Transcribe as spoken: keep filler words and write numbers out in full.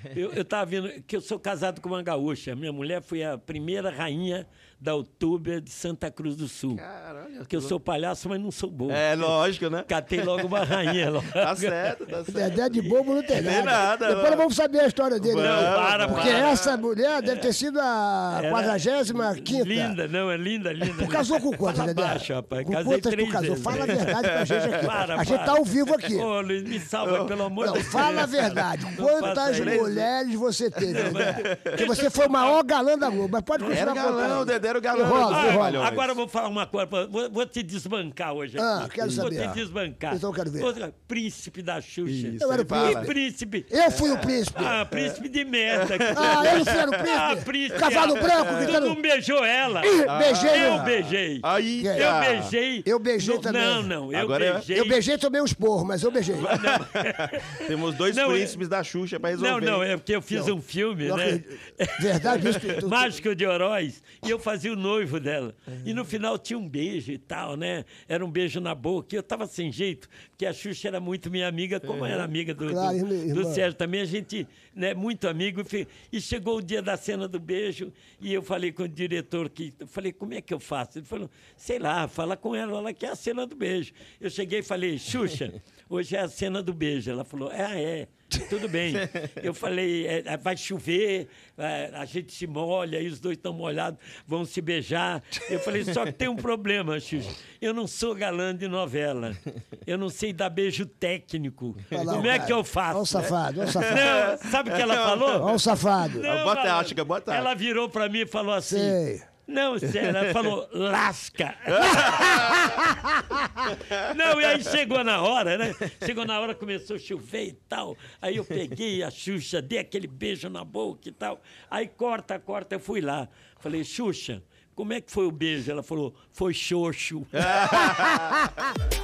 Eu, eu tava vendo que eu sou casado com uma gaúcha. Minha mulher foi a primeira rainha da Outubra de Santa Cruz do Sul. Caralho. Que eu sou palhaço, mas não sou bobo. É, lógico, né? Catei logo uma rainha. Logo. Tá certo, tá certo. Dedé de bobo não tem Não tem nada. nada, Depois não. nós vamos saber a história dele. Não, né? para, Porque para. essa mulher deve ter sido a Era quadragésima quinta. Linda, não, é linda, linda. Tu casou com quantas, Fala Dedé? baixo, rapaz. Com Casei quantas três tu casou? vezes. Fala a verdade pra gente aqui. Para, a gente para. tá ao vivo aqui. Ô, Luiz, me salva, pelo amor Não, de Deus. fala a verdade. Não Quantas faça isso. mulheres você teve, Dedé? Porque você foi o maior galã da Globo, mas pode continuar Era galão, contando. o Dedé era o galão. Enrola, Ah, enrola. Malhões. Agora eu vou falar uma coisa, vou, vou te desbancar hoje aqui. Ah, quero Vou saber. te desbancar. Então eu quero ver. Outra, príncipe da Xuxa. Isso, Eu era o ele fala. Que príncipe? Eu fui o príncipe. Ah, príncipe de merda. Ah, eu não fui, era o príncipe? Ah, príncipe. Cavalo ah, branco, Tu gritando- não beijou ela. Ih, beijei. Eu beijei. Aí, Eu Eu beijei. Eu beijei no- também. Não, não, eu Agora é- beijei. Eu beijei e tomei uns porros, mas eu beijei. temos dois Não, príncipes da Xuxa pra resolver. Não, não, é porque eu fiz um filme, Não né? acredito. Verdade isso? Tu- tu- Mágico de Oroz, e eu fazia o noivo dela. E no final tinha um beijo e tal, né? Era um beijo na boca. E eu tava sem jeito, porque a Xuxa era muito minha amiga, como era amiga do, Claro, do, irmã. do Sérgio também. A gente, né, muito amigo. E fe- E chegou o dia da cena do beijo, e eu falei com o diretor que. Eu falei, como é que eu faço? Ele falou, sei lá, fala com ela, ela quer a cena do beijo. Eu cheguei e falei, Xuxa, hoje é a cena do beijo. Ela falou, ah, é. Tudo bem. Eu falei, é, vai chover, é, a gente se molha, aí os dois estão molhados, vão se beijar. Eu falei, só que tem um problema, Xuxa. Eu não sou galã de novela. Eu não sei dar beijo técnico. Olha lá, Como é cara. que eu faço? Olha o safado, olha o safado. Não, sabe o que ela falou? Olha o safado. Não, Bota malandro. a Chica, bota a- Ela virou pra mim e falou assim. Sei. Não, sério, ela falou, lasca. Não, e aí chegou na hora, né? Chegou na hora, começou a chover e tal. Aí eu peguei a Xuxa, dei aquele beijo na boca e tal. Aí corta, corta, eu fui lá. Falei, Xuxa, como é que foi o beijo? Ela falou, foi xoxo.